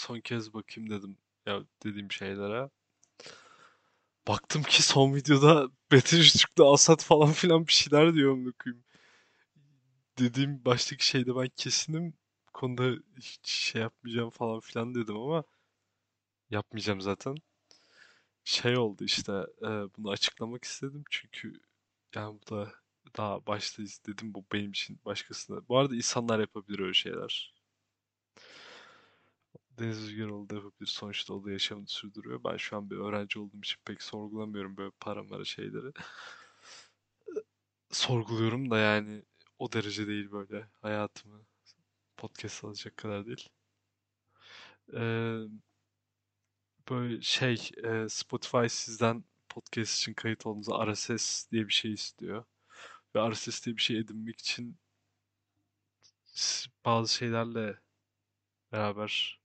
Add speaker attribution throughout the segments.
Speaker 1: son kez bakayım dedim ya dediğim şeylere. Baktım ki son videoda Betin Şükrü Asat falan filan bir şeyler diyor amına koyayım. Dediğim baştaki şeyde ben kesinim. Bu konuda hiç şey yapmayacağım falan filan dedim ama yapmayacağım zaten. Şey oldu işte bunu açıklamak istedim çünkü yani bu da daha baştayız dedim bu benim için başkasına. Bu arada insanlar yapabilir öyle şeyler. Deniz Rüzgaroğlu da yapabilir. Sonuçta o da yaşamını sürdürüyor. Ben şu an bir öğrenci olduğum için pek sorgulamıyorum böyle para mara şeyleri. Sorguluyorum da yani o derece değil böyle hayatımı podcast alacak kadar değil. Ee, böyle şey Spotify sizden podcast için kayıt olduğunuzda RSS diye bir şey istiyor. Ve RSS diye bir şey edinmek için bazı şeylerle beraber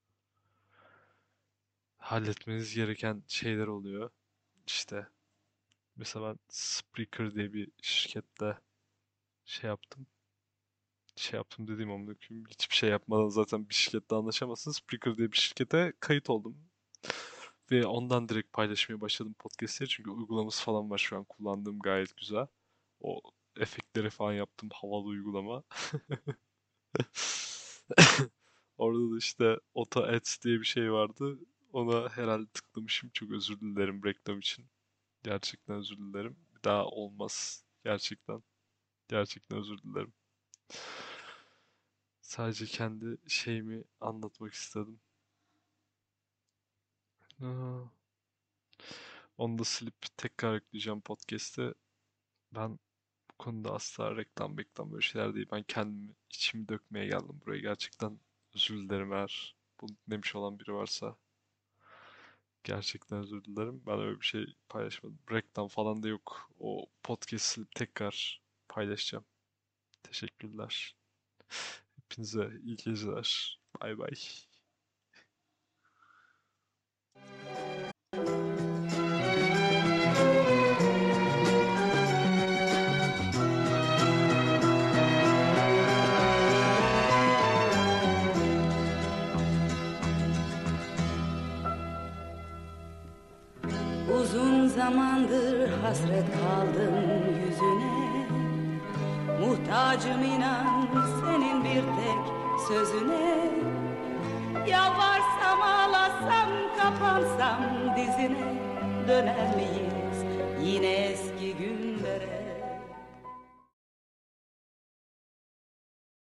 Speaker 1: halletmeniz gereken şeyler oluyor. İşte mesela ben Spreaker diye bir şirkette şey yaptım. Şey yaptım dediğim amına koyayım. Hiçbir şey yapmadan zaten bir şirkette anlaşamazsınız. Spreaker diye bir şirkete kayıt oldum. Ve ondan direkt paylaşmaya başladım podcastleri. Çünkü uygulaması falan var şu an kullandığım gayet güzel. O efektleri falan yaptım havalı uygulama. Orada da işte Auto Ads diye bir şey vardı. Ona herhalde tıklamışım. Çok özür dilerim reklam için. Gerçekten özür dilerim. Bir daha olmaz. Gerçekten. Gerçekten özür dilerim. Sadece kendi şeyimi anlatmak istedim. Aa, onu da silip tekrar ekleyeceğim podcast'e. Ben bu konuda asla reklam böyle şeyler değil. Ben kendimi içimi dökmeye geldim buraya. Gerçekten özür dilerim eğer bunu dinlemiş olan biri varsa. Gerçekten özür dilerim. Ben öyle bir şey paylaşmadım. Reklam falan da yok. O podcast'ı silip tekrar paylaşacağım. Teşekkürler. Hepinize iyi geceler. Bay bay.
Speaker 2: Uzun zamandır hasret kaldım yüzüne. Muhtacım inan senin bir tek sözüne. Yalvarsam ağlasam kapansam dizine, döner miyim